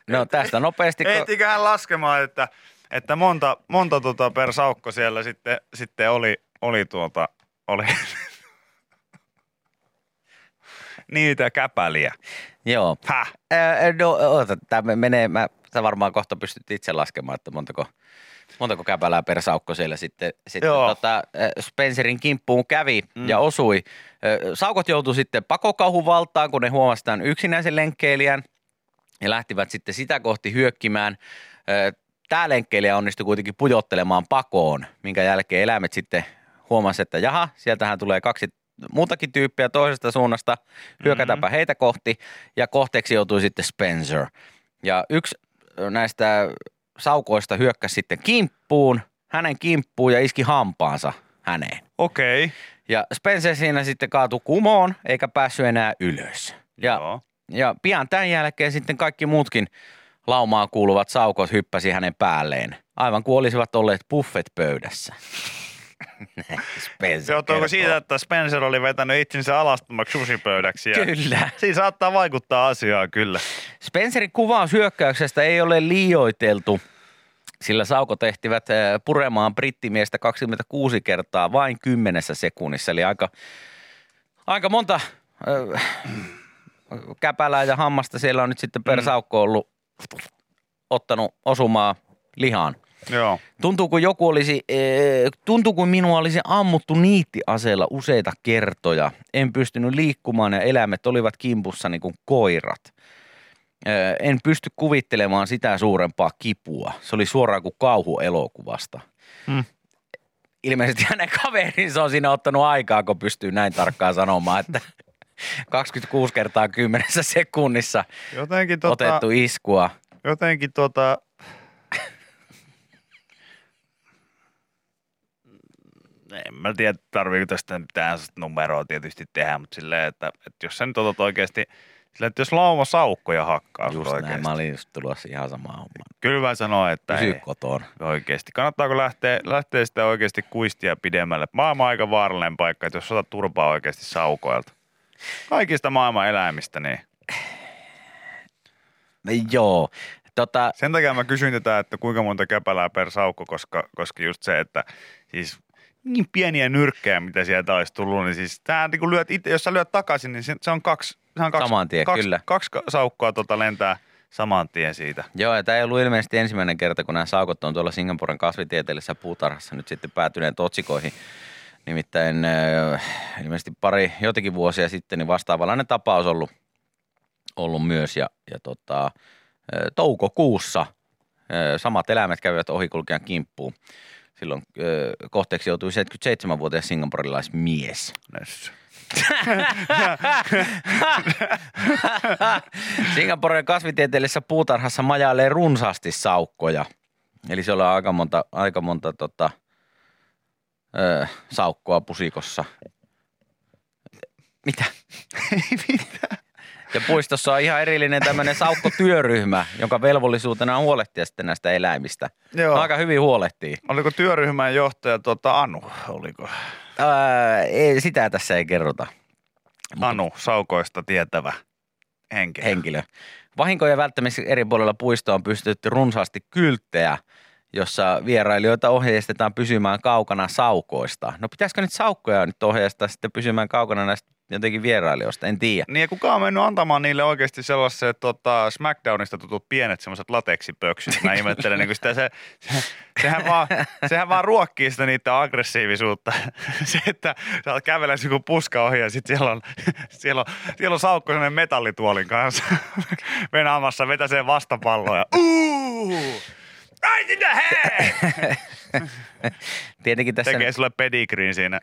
Speaker 4: No tästä nopeasti.
Speaker 3: Ehtiköhän laskemaan, että monta per saukko siellä sitten oli niitä käpäliä.
Speaker 4: Joo.
Speaker 3: Häh?
Speaker 4: No oota, tämä menee, sä varmaan kohta pystyt itse laskemaan, että montako käpälää per saukko siellä sitten Spencerin kimppuun kävi ja osui. Saukot joutui sitten pakokauhun valtaan, kun ne huomasivat tämän yksinäisen lenkkeilijän ja lähtivät sitten sitä kohti hyökkimään. Tämä lenkkeilijä onnistui kuitenkin pujottelemaan pakoon, minkä jälkeen eläimet sitten huomasivat, että jaha, sieltähän tulee 2 muutakin tyyppiä toisesta suunnasta, hyökätäpä heitä kohti ja kohteeksi joutui sitten Spencer. Ja yksi näistä saukoista hyökkäsi sitten hänen kimppuun ja iski hampaansa häneen.
Speaker 3: Okei.
Speaker 4: Ja Spencer siinä sitten kaatui kumoon eikä päässyt enää ylös. Ja pian tämän jälkeen sitten kaikki muutkin laumaan kuuluvat saukot hyppäsi hänen päälleen. Aivan kuin olisivat olleet buffet-pöydässä.
Speaker 3: Se johtuuko siitä, että Spencer oli vetänyt itsensä alastomaksi susipöydäksi?
Speaker 4: Kyllä.
Speaker 3: Siinä saattaa vaikuttaa asiaan kyllä.
Speaker 4: Spencerin kuvaus hyökkäyksestä ei ole liioiteltu, sillä saukot ehtivät puremaan brittimiestä 26 kertaa vain 10 sekunnissa. Eli aika monta käpälää ja hammasta siellä on nyt sitten per saukko ollut ottanut osumaa lihaan.
Speaker 3: Joo.
Speaker 4: Tuntuu kuin minua olisi ammuttu niittiaseella useita kertoja. En pystynyt liikkumaan ja eläimet olivat kimpussa niin kuin koirat. En pysty kuvittelemaan sitä suurempaa kipua. Se oli suoraan kuin kauhuelokuvasta. Ilmeisesti hänen kaverinsa on siinä ottanut aikaa, kun pystyy näin tarkkaan sanomaan, että 26 kertaa 10 sekunnissa otettu iskua.
Speaker 3: Jotenkin en mä tiedä, tarviiko tästä mitään numeroa tietysti tehdä, mutta silleen, että jos sä nyt otat oikeasti, silleen, että jos lauma saukkoja hakkaa
Speaker 4: just
Speaker 3: oikeasti.
Speaker 4: Näin, mä olin just tulossa ihan samaan hommaan.
Speaker 3: Kyllä mä sanoin, että
Speaker 4: pysy kotoon.
Speaker 3: Oikeasti. Kannattaako lähteä sitä oikeasti kuistia pidemmälle? Maailman on aika vaarallinen paikka, että jos otat turpaa oikeasti saukoilta. Kaikista maailman eläimistä, niin.
Speaker 4: Joo.
Speaker 3: Sen takia mä kysyin tätä, että kuinka monta käpälää per saukko, koska just se, että siis niin pieniä nyrkkejä, mitä sieltä olisi tullut, niin siis tää niin kun jos sä lyöt takaisin, niin se on kaksi
Speaker 4: saman tien, kyllä.
Speaker 3: Kaksi saukkoa lentää saman tien siitä.
Speaker 4: Joo, ja tämä ei ollut ilmeisesti ensimmäinen kerta, kun nämä saukot on tuolla Singaporen kasvitieteellisessä puutarhassa nyt sitten päätyneet otsikoihin. Nimittäin ilmeisesti joitakin vuosia sitten niin vastaavanlainen tapaus ollut myös ja toukokuussa samat eläimet kävivät ohikulkijan kimppuun. Silloin kohteeksi joutui 77-vuotias singaporilaismies. Singaporen kasvitieteellisessä puutarhassa majailee runsaasti saukkoja. Eli se on aika monta saukkoa pusikossa. Mitä?
Speaker 3: Ei mitään.
Speaker 4: Ja puistossa on ihan erillinen tämmöinen saukkotyöryhmä, jonka velvollisuutena on huolehtia sitten näistä eläimistä.
Speaker 3: Joo.
Speaker 4: Aika hyvin huolehtii.
Speaker 3: Oliko työryhmän johtaja Anu, oliko?
Speaker 4: Sitä tässä ei kerrota.
Speaker 3: Anu, saukoista tietävä henkilö.
Speaker 4: Vahinkojen välttämiseksi eri puolilla puistoa on pystytty runsaasti kylttejä, jossa vierailijoita ohjeistetaan pysymään kaukana saukoista. No pitäisikö nyt saukkoja nyt ohjeistaa sitten pysymään kaukana näistä jotenkin vierailijoista, en tiedä.
Speaker 3: Niin ja kuka on mennyt antamaan niille oikeasti sellaiset Smackdownista tutut pienet semmoiset lateksipöksyt. Mä ihmettelen, niin sitä sehän vaan ruokkii sitä niiden aggressiivisuutta. Se, että sä oot kävelemässä joku puska ohi ja sit siellä on saukko sellainen metallituolin kanssa venaamassa, vetäsee vastapalloja. Ai sitä hei!
Speaker 4: Tietenkin tässä
Speaker 3: tekee sulle pedigreein siinä.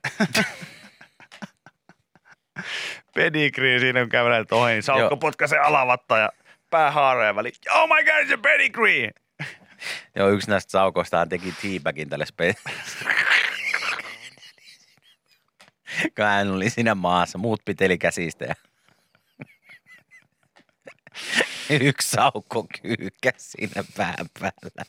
Speaker 3: Pedigree siinä, kun kävelee ohi, niin saukko potkaisee alavatta ja päähaareen väliin. Oh my god, it's a pedigree!
Speaker 4: Joo, yksi näistä saukoistaan teki teabagin tälle kun hän oli siinä maassa, muut piteli käsistä ja yksi saukko kyykäs siinä pään päällä.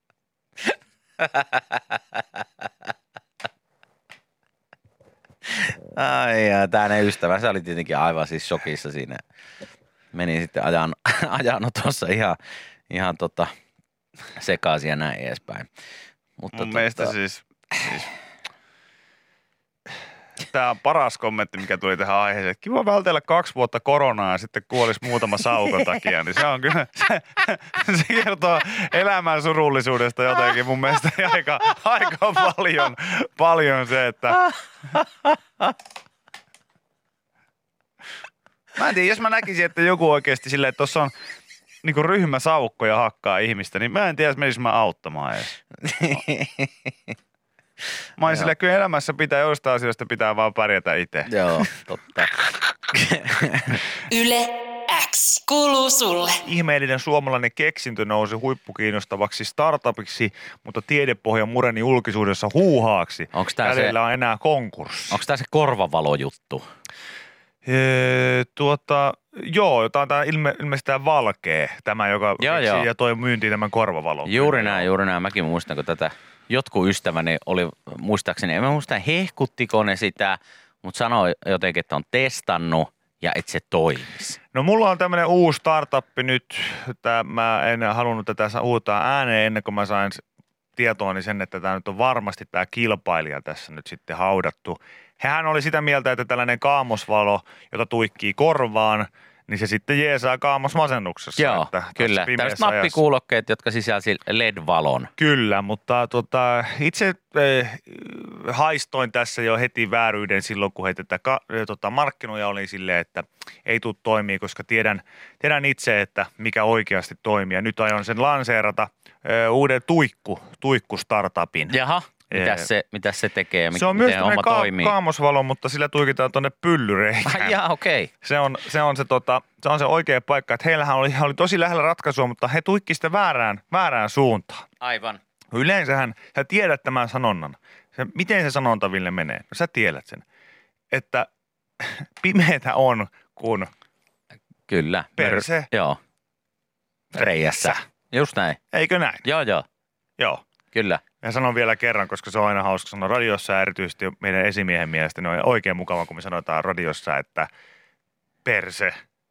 Speaker 4: Ai ja tämä ystävä, se oli tietenkin aivan siis shokissa siinä. Meni sitten ajano tuossa ihan sekaisin ja näin edespäin. Mutta
Speaker 1: Mun mielestä siis tämä on paras kommentti, mikä tuli tähän aiheeseen. Kiva vältellä 2 vuotta koronaa ja sitten kuolisi muutama saukon takia. Niin se on kyllä, se kertoo elämän surullisuudesta jotenkin mun mielestä aika paljon se, että mä en tiedä, jos mä näkisin, että joku oikeasti silleen, että tuossa on niinku ryhmä saukkoja hakkaa ihmistä, niin mä en tiedä, menisin mä auttamaan edes. Mä olin silleen, kyllä elämässä pitää joistain asioista pitää vaan pärjätä itse.
Speaker 4: Joo, totta.
Speaker 2: Yle X kuuluu sulle.
Speaker 3: Ihmeellinen suomalainen keksintö nousi huippukiinnostavaksi startupiksi, mutta tiedepohja mureni julkisuudessa huuhaaksi.
Speaker 4: Onks tää
Speaker 3: Jäljellä on enää konkurssi.
Speaker 4: Onko tämä se korvavalojuttu?
Speaker 3: Joo, tämä on ilmeisesti tämä Valkee, tämä, joka
Speaker 4: Joo.
Speaker 3: ja toi myyntiin tämän korvavalon.
Speaker 4: Juuri näin. Mäkin muistan, kun tätä jotkut ystäväni oli, muistaakseni, en mä muista hehkuttiko ne sitä, mutta sanoi jotenkin, että on testannut ja että se toimisi.
Speaker 3: No mulla on tämmöinen uusi startuppi nyt, mä en halunnut tätä huutaa ääneen ennen kuin mä sain tietoani sen, että tämä nyt on varmasti tämä kilpailija tässä nyt sitten haudattu. Hän oli sitä mieltä, että tällainen kaamosvalo, jota tuikkii korvaan, niin se sitten jeesaa kaamosmasennuksessa.
Speaker 4: Joo,
Speaker 3: että
Speaker 4: kyllä. Tällaiset nappikuulokkeet, jotka sisälsi LED-valon.
Speaker 3: Kyllä, mutta itse haistoin tässä jo heti vääryyden silloin, kun he tätä markkinoja oli silleen, että ei tule toimia, koska tiedän itse, että mikä oikeasti toimii. Ja nyt aion sen lanseerata uuden tuikku-startupin.
Speaker 4: Jaha. Mitäs se tekee?
Speaker 3: Se on myös kaamosvalo, mutta sillä tuikitaan tuonne pyllyreikään.
Speaker 4: Jaa, okei.
Speaker 3: Se on se oikea paikka. Että heillähän oli tosi lähellä ratkaisua, mutta he tuikki sitä väärään suuntaan.
Speaker 4: Aivan.
Speaker 3: Yleensähän sä tiedät tämän sanonnan. Miten se sanonta, Ville, menee? No sä tiedät sen. Että pimeätä on, kun
Speaker 4: kyllä.
Speaker 3: Perse.
Speaker 4: Joo. Reijässä. Just näin.
Speaker 3: Eikö näin?
Speaker 4: Joo. Kyllä.
Speaker 3: Ja sanon vielä kerran, koska se on aina hauska sanoa radiossa ja erityisesti meidän esimiehen mielestä. Ne on oikein mukava, kun me sanotaan radiossa, että perse.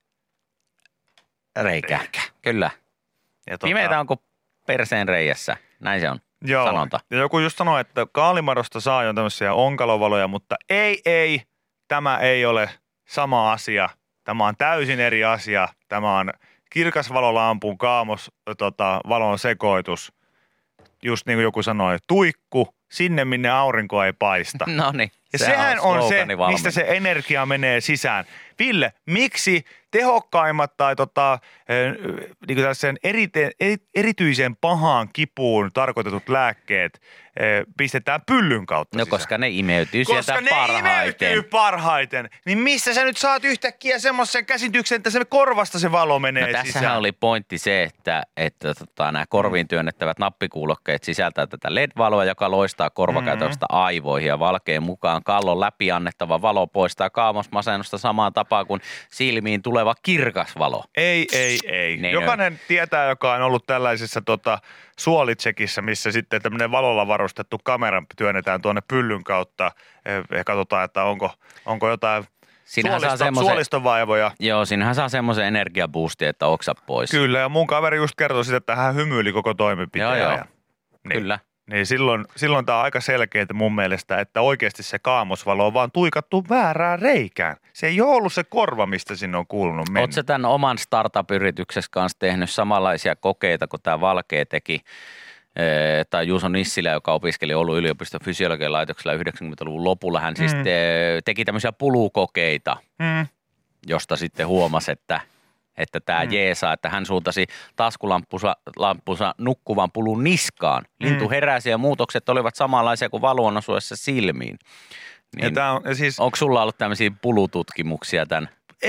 Speaker 4: Reikä. Kyllä. Pimeätä on kuin perseen reijässä. Näin se on.
Speaker 3: Joo.
Speaker 4: Sanonta.
Speaker 3: Ja joku just sanoi, että kaalimadosta saa jo tämmöisiä onkalovaloja, mutta ei, tämä ei ole sama asia. Tämä on täysin eri asia. Tämä on kirkasvalolampun valon sekoitus. Just niin kuin joku sanoi, tuikku sinne, minne aurinko ei paista.
Speaker 4: No niin.
Speaker 3: Ja sehän on se, mistä se energia menee sisään. Ville, miksi tehokkaimmat tai niin kuin erityisen pahaan kipuun tarkoitetut lääkkeet pistetään pyllyn kautta
Speaker 4: No
Speaker 3: sisään?
Speaker 4: koska ne imeytyy sieltä
Speaker 3: parhaiten. Niin missä sä nyt saat yhtäkkiä semmoisen käsityksen, että se korvasta se valo menee sisään?
Speaker 4: Tässähän oli pointti se, että nämä korviin työnnettävät nappikuulokkeet sisältää tätä LED-valoa, joka loistaa korvakäytöstä aivoihin ja valkeen mukaan kallon läpi annettava valo poistaa kaamosmasennusta samaan tapaan kuin silmiin tuleva kirkas valo.
Speaker 3: Ei.
Speaker 4: Niin
Speaker 3: Jokainen tietää, joka on ollut tällaisessa suolitsekissä, missä sitten tämmöinen valolla varustettu kamera työnnetään tuonne pyllyn kautta ja katsotaan, että onko jotain suolistovaivoja.
Speaker 4: Joo, siinähän saa semmoisen energiaboostin, että oksa pois.
Speaker 3: Kyllä, ja mun kaveri just kertoi sitä, että hän hymyili koko toimenpiteen.
Speaker 4: Joo.
Speaker 3: Niin,
Speaker 4: Kyllä.
Speaker 3: Niin silloin tämä on aika selkeää mun mielestä, että oikeasti se kaamosvalo on vaan tuikattu väärään reikään. Se ei ole ollut se korva, mistä sinne on kuulunut mennä.
Speaker 4: Oletko tämän oman startup-yrityksessä kanssa tehnyt samanlaisia kokeita, kun tämä Valkee teki, tai Juuso Nissilä, joka opiskeli Oulun yliopiston fysiologian laitoksella 90-luvun lopulla, hän siis teki tämmöisiä pulukokeita, josta sitten huomasi, että tämä jeesaa, että hän suuntasi taskulampunsa nukkuvan pulun niskaan. Lintu heräsi ja muutokset olivat samanlaisia kuin valon osuessa silmiin. Niin, onko sulla ollut tämmöisiä pulututkimuksia tämän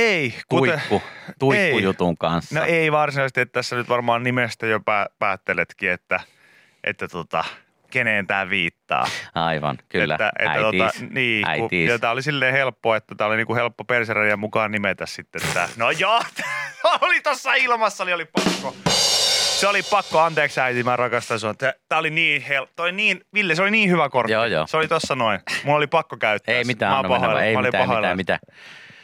Speaker 4: tuikkujutun kanssa?
Speaker 3: No ei varsinaisesti, että tässä nyt varmaan nimestä jo päätteletkin, että keneen tämä viittaa.
Speaker 4: Aivan, kyllä.
Speaker 3: Äitiis. Ja tämä oli silleen helppo, että tämä oli niinku helppo perserajien mukaan nimetä sitten tämä. No joo, oli tuossa ilmassa, oli pakko. Se oli pakko, anteeksi äiti, mä rakastan sua. Tämä oli niin helppo, Ville, se oli niin hyvä kortti.
Speaker 4: Joo.
Speaker 3: Se oli tossa noin. Mulla oli pakko käyttää.
Speaker 4: Ei mitään, ei mitään.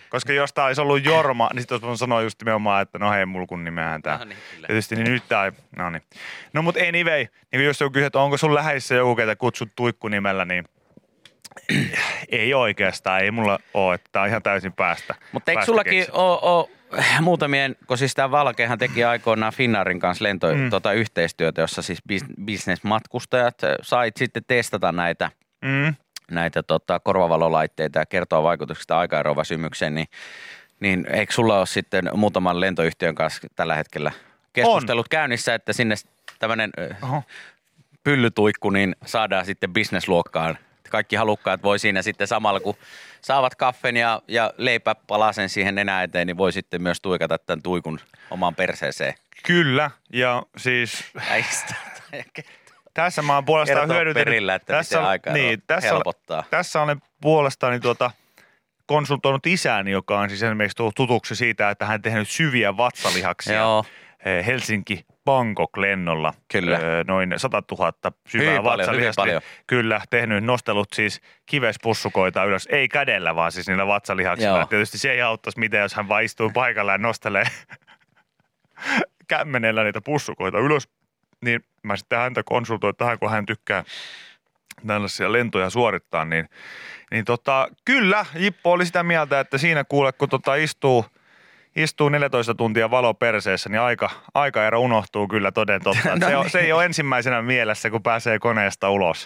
Speaker 3: Koska jos tää olisi ollut Jorma, niin sitten olisi voinut sanoa just nimenomaan, että no hei, mulkun nimeään tää.
Speaker 4: No niin, kyllä.
Speaker 3: Tietysti niin nyt tää, no niin. No mut anyway, niin jos joku kysyy, että onko sun läheisessä joku, ketä kutsut tuikkunimellä, niin ei oikeastaan, ei mulla ole, että tää on ihan täysin päästä.
Speaker 4: Mutta eikö sullakin ole muutamien, kun siis tämä Valkeahan teki aikoinaan Finnairin kanssa yhteistyötä, jossa siis businessmatkustajat sait sitten testata näitä korvavalolaitteita ja kertoa vaikutuksista aikaeroväsymykseen, niin eikö sulla ole sitten muutaman lentoyhtiön kanssa tällä hetkellä keskustelut käynnissä, että sinne tämmöinen pyllytuikku niin saadaan sitten businessluokkaan. Kaikki halukkaat voi siinä sitten samalla, kun saavat kaffen ja leipäpalasen siihen nenä eteen, niin voi sitten myös tuikata tämän tuikun omaan perseeseen.
Speaker 3: Kyllä, ja siis tässä mä oon puolestaan hyödyntänyt.
Speaker 4: Perillä, että miten aikaa helpottaa.
Speaker 3: Tässä olen puolestani konsultoinut isääni, joka on siis esimerkiksi tullut tutuksi siitä, että hän on tehnyt syviä vatsalihaksia.
Speaker 4: Joo.
Speaker 3: Helsinki-Bangkok-lennolla.
Speaker 4: Kyllä.
Speaker 3: Noin 100 000 syvää vatsalihasta. Tehnyt, nostellut siis kivespussukoita ylös. Ei kädellä, vaan siis niillä vatsalihaksilla.
Speaker 4: Joo.
Speaker 3: Tietysti se ei auttaisi mitään, jos hän vaan istuu paikalla ja nostelee kämmenellä niitä pussukoita ylös. Niin mä sitten häntä konsultoin tähän, kun hän tykkää tällaisia lentoja suorittaa. Kyllä, Jippo oli sitä mieltä, että siinä kuule, kun istuu 14 tuntia valo perseessä, niin aikaero unohtuu kyllä toden totta. No se ei ole ensimmäisenä mielessä, kun pääsee koneesta ulos.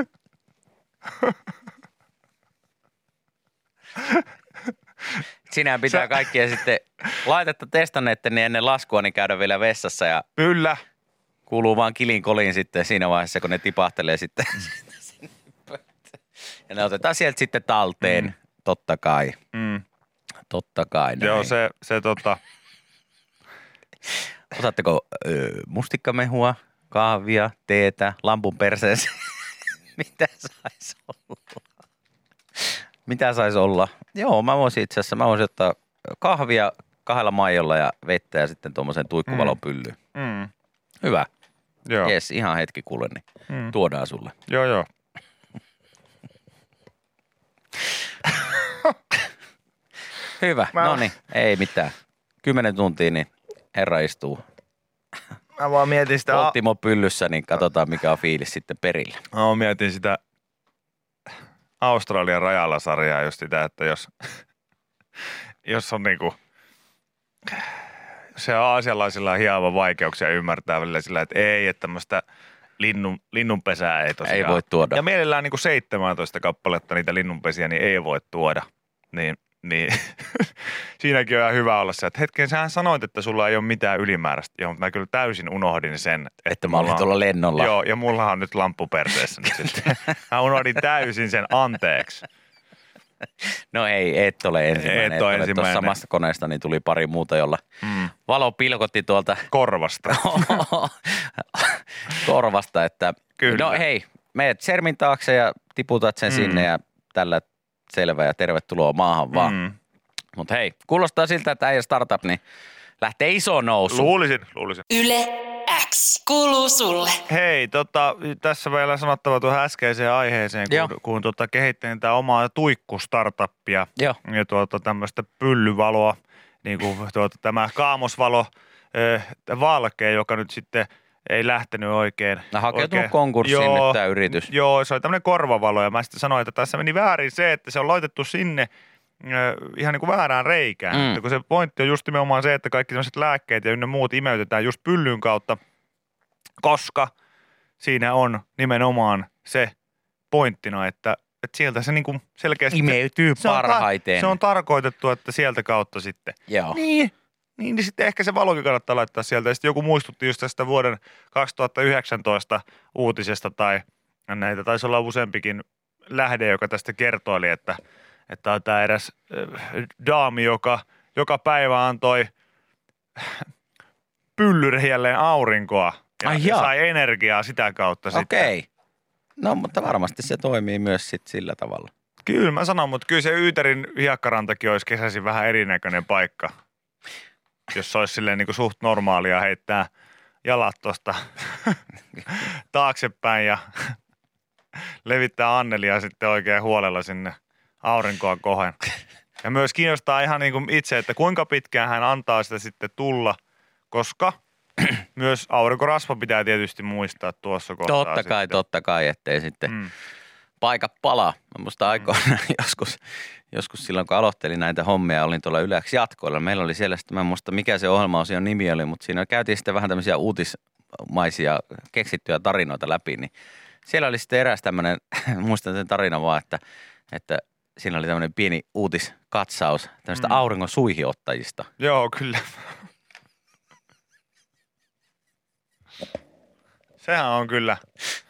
Speaker 4: Sinähän pitää kaikkia sitten laitetta testanneette niin ennen laskua, niin käydä vielä vessassa ja
Speaker 3: Kyllä.
Speaker 4: kuuluu vaan koliin sitten siinä vaiheessa, kun ne tipahtelee sitten. Ja ne otetaan sieltä sitten talteen, totta kai. Totta kai näin.
Speaker 3: Joo, se
Speaker 4: Osaatteko mustikkamehua, kahvia, teetä, lampun perseeseen? Mitä saisi olla? Mitä saisi olla? Joo, mä voisin ottaa kahvia 2 maijolla ja vettä ja sitten tuommoisen tuikkuvalon pyllyyn. Hyvä.
Speaker 3: Joo.
Speaker 4: Jes, ihan hetki kuule, niin tuodaan sulle.
Speaker 3: Joo.
Speaker 4: Hyvä, no niin, ei mitään. 10 tuntia, niin herra istuu
Speaker 3: Mä vaan mietin sitä.
Speaker 4: Polttimo pyllyssä, niin katsotaan mikä on fiilis sitten perillä.
Speaker 3: Mä mietin sitä Australian rajalla sarjaa just sitä, että jos on niinku, se on aasialaisilla hieman vaikeuksia ymmärtää välillä sillä, että ei, että tämmöistä linnunpesää ei tosiaan.
Speaker 4: Ei voi tuoda.
Speaker 3: Ja mielellään niinku 17 kappaletta niitä linnunpesiä, niin ei voi tuoda. Niin siinäkin on ihan hyvä olla se, että hetken sähän sanoit, että sulla ei ole mitään ylimääräistä. Joo, mutta mä kyllä täysin unohdin sen.
Speaker 4: Että mä olin tuolla lennolla.
Speaker 3: Joo, ja mullahan on nyt lamppu perseessä nyt sitten. Mä unohdin täysin sen, anteeksi.
Speaker 4: No ei, et ole ensimmäinen. Tuossa samasta koneesta niin tuli pari muuta, jolla valo pilkotti tuolta
Speaker 3: korvasta.
Speaker 4: Korvasta, että
Speaker 3: Kyllä.
Speaker 4: No hei, meet sermin taakse ja tiputat sen sinne ja tällä selvä ja tervetuloa maahan vaan. Mutta hei, kuulostaa siltä, että äijä startup niin lähtee iso nousu.
Speaker 3: Luulisin.
Speaker 2: Yle X kuuluu sulle.
Speaker 3: Hei, tässä vielä sanottava tuohon äskeiseen aiheeseen, kun kehittelin tämä omaa tuikkustartuppia ja tämmöistä pyllyvaloa, niin kuin tämä kaamosvalo Valkea, joka nyt sitten ei lähtenyt oikein.
Speaker 4: Hakeutunut konkurssiin nyt tämä yritys.
Speaker 3: Joo, se oli tämmöinen korvavalo ja mä sitten sanoin, että tässä meni väärin se, että se on laitettu sinne ihan niin kuin väärään reikään. Että kun se pointti on just nimenomaan se, että kaikki sellaiset lääkkeet ja ynnä muut imeytetään just pyllyn kautta, koska siinä on nimenomaan se pointtina, että sieltä se niin kuin selkeästi
Speaker 4: imeytyy parhaiten.
Speaker 3: Se on tarkoitettu, että sieltä kautta sitten.
Speaker 4: Joo.
Speaker 3: Niin sitten ehkä se valokin kannattaa laittaa sieltä. Ja sitten joku muistutti just tästä vuoden 2019 uutisesta tai näitä taisi olla useampikin lähde, joka tästä kertoili, että on tämä eräs daami, joka päivä antoi pyllyreijälleen aurinkoa ja sai energiaa sitä kautta sitten.
Speaker 4: Okei. No, mutta varmasti se toimii myös sit sillä tavalla.
Speaker 3: Kyllä mä sanon, mutta kyllä se Yyterin hiekkarantakin olisi kesäisin vähän erinäköinen paikka. Jos se olisi silleen niin kuin suht normaalia heittää jalat tuosta taaksepäin ja levittää Annelia sitten oikein huolella sinne aurinkoa kohen Ja myös kiinnostaa ihan niin kuin itse, että kuinka pitkään hän antaa sitä sitten tulla, koska myös aurinkorasva pitää tietysti muistaa tuossa kohtaa.
Speaker 4: Totta kai, ettei sitten paikka palaa. Mä muistan aikoinaan joskus silloin, kun aloittelin näitä hommia, olin tuolla Yleäksi jatkoilla. Meillä oli siellä sitten, mä en muista mikä se ohjelmaosion nimi oli, mutta siinä käytiin sitten vähän tämmöisiä uutismaisia keksittyjä tarinoita läpi, niin siellä oli sitten eräs tämmöinen, muistan sen tarinan vaan, että siinä oli tämmöinen pieni uutiskatsaus tämmöistä auringon suihiottajista.
Speaker 3: Joo, kyllä. Sehän on kyllä.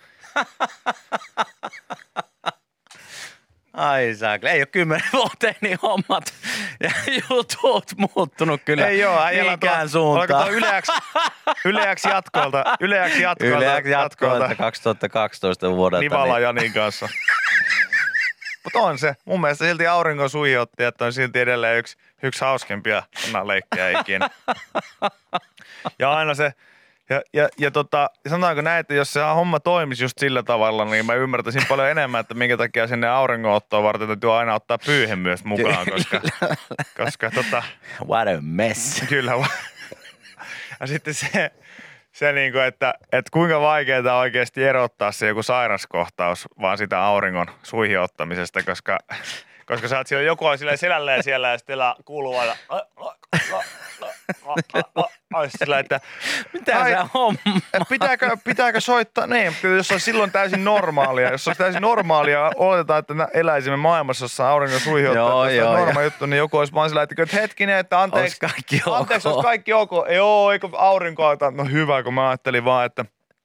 Speaker 4: Ai saakeli, ei ole 10 vuoteen niin hommat ja jutut muuttunut kyllä
Speaker 3: ei joo,
Speaker 4: mihinkään suuntaan.
Speaker 3: Oliko Yleäksi jatkoilta?
Speaker 4: Yleäksi jatkoilta 2012 vuodelta.
Speaker 3: Nivala Janin kanssa. Mutta on se. Mun mielestä silti auringon suihiottajat on silti edelleen yksi hauskempia sananleikkejä ikinä. Ja aina se, ja sanotaanko näin, että jos se homma toimisi just sillä tavalla, niin mä ymmärtäisin paljon enemmän, että minkä takia sinne auringonottoon varten täytyy aina ottaa pyyhe myös mukaan, koska
Speaker 4: What a mess.
Speaker 3: Kyllä. Ja sitten se niinku, että kuinka vaikeaa oikeasti erottaa se joku sairaskohtaus vaan sitä auringon suihin ottamisesta, koska sä oot siellä joku on silleen selälleen siellä ja sitten kuuluu aina sillä, että
Speaker 4: mitä se homma?
Speaker 3: Pitääkö soittaa? Niin, jos on silloin täysin normaalia. Jos on täysin normaalia, oletetaan, että eläisimme maailmassa, jossa auringon suihin ottaa normaali juttu, niin joku olisi vaan sillä, että hetkinen, että anteeksi, olisi kaikki ok. Joo, eikö aurinko ottaa? No hyvä, kun mä ajattelin vaan, että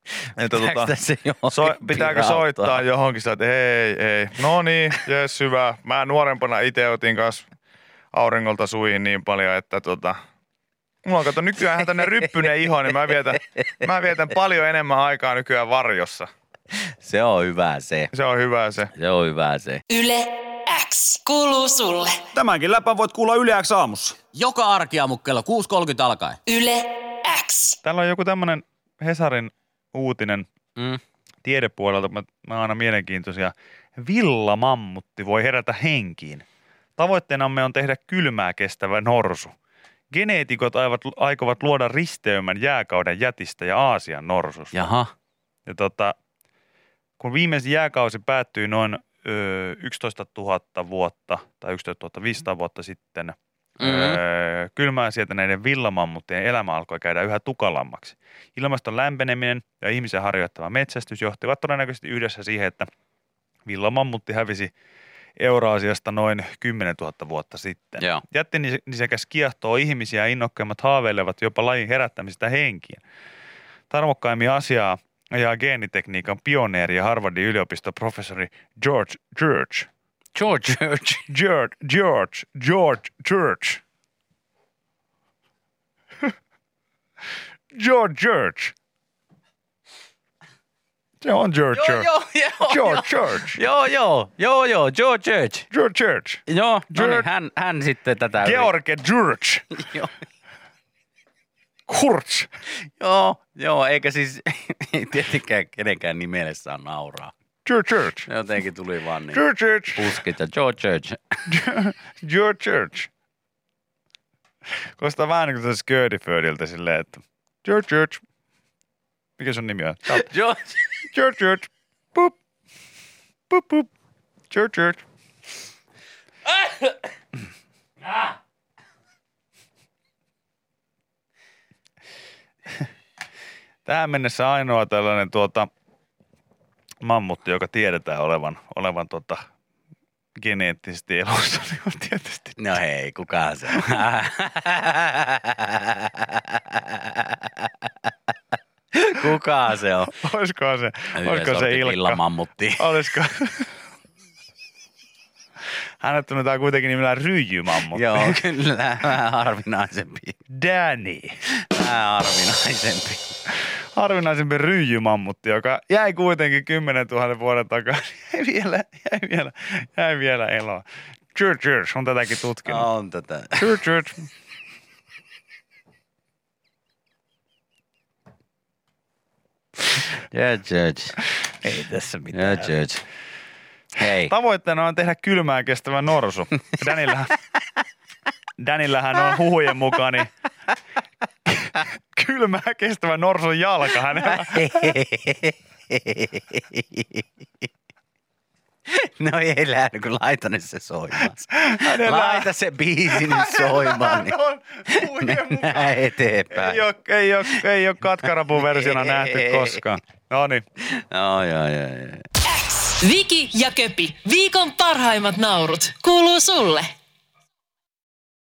Speaker 3: pitääkö soittaa johonkin, että ei. No niin, jes, hyvä. Mä nuorempana itse otin kanssa auringolta suihin niin paljon, että mulla on kato nykyään tänne ryppyinen iho, niin mä vietän paljon enemmän aikaa nykyään varjossa.
Speaker 4: Se on hyvä se.
Speaker 3: Se on hyvä se.
Speaker 2: Yle X kuuluu sulle.
Speaker 5: Tämänkin läpän voit kuulla Yle X aamussa.
Speaker 6: Joka arkiaamu kello 6.30 alkaen.
Speaker 2: Yle X.
Speaker 3: Täällä on joku tämmönen Hesarin uutinen tiedepuolelta. Mä aina mielenkiintoisia. Villamammutti voi herätä henkiin. Tavoitteenamme on tehdä kylmää kestävä norsu. Geneetikot aikovat luoda risteymän jääkauden jätistä ja Aasian norsusta.
Speaker 4: Jaha.
Speaker 3: Ja kun viimeisin jääkausi päättyi noin 11 000 vuotta tai 11 500 vuotta sitten, kylmää sietäneiden villamammuttien elämä alkoi käydä yhä tukalammaksi. Ilmaston lämpeneminen ja ihmisen harjoittama metsästys johtivat todennäköisesti yhdessä siihen, että villamammutti hävisi Euraasiasta noin 10 000 vuotta sitten. Jättinisäkäs kiehtoo ihmisiä ja innokkaimmat haaveilevat jopa lajin herättämistä henkiin. Tarmokkaimmin asiaa ajaa geenitekniikan pioneeri ja Harvardin yliopiston professori George Church. Se on George Church. George Church.
Speaker 4: George Church.
Speaker 3: George Church.
Speaker 4: Joo, no niin, hän sitten tätä.
Speaker 3: George Church. Kurz.
Speaker 4: Joo, eikä siis tietenkään kenenkään nimelle saa nauraa.
Speaker 3: George Church.
Speaker 4: Jotenkin tuli vaan niin.
Speaker 3: George Church.
Speaker 4: Puskit ja George Church.
Speaker 3: George Church. Kosta vähän niin kuin Skirdyfördiltä silleen, että George Church. Mikä sun nimi on?
Speaker 4: George
Speaker 3: Church. Boop. Boop, boop. Church. Tähän mennessä ainoa tällainen mammutti, joka tiedetään olevan geneettisesti elossa, niin on tietysti.
Speaker 4: No hei, kukaan se on? Kukaan se on?
Speaker 3: Olisiko se Ilkka?
Speaker 4: Villamammutti.
Speaker 3: Olisiko? Hänet tunnetaan kuitenkin nimellä Ryijymammutti.
Speaker 4: Joo, kyllä. Vähän harvinaisempi.
Speaker 3: Danny.
Speaker 4: Vähän harvinaisempi.
Speaker 3: Harvinaisempi Ryijymammutti, joka jäi kuitenkin 10 000 vuoden takaa. Jäi vielä eloon. Church on tätäkin tutkinut.
Speaker 4: On tätä.
Speaker 3: Church.
Speaker 4: Church.
Speaker 3: Ei tässä mitään.
Speaker 4: Church. Hei.
Speaker 3: Tavoitteena on tehdä kylmää kestävä norsu. Danillähän on huhujen mukaan niin kylmää kestävä norsun jalka hänellä.
Speaker 4: No ei lähdy, kun laita nyt se soimaan. Laita se biisi nyt soimaan. Niin mennään eteenpäin.
Speaker 3: Ei ole katkarapun versiona nähty koskaan. Noniin.
Speaker 4: Ai.
Speaker 2: Viki ja Köpi, viikon parhaimmat naurut, kuuluu sulle.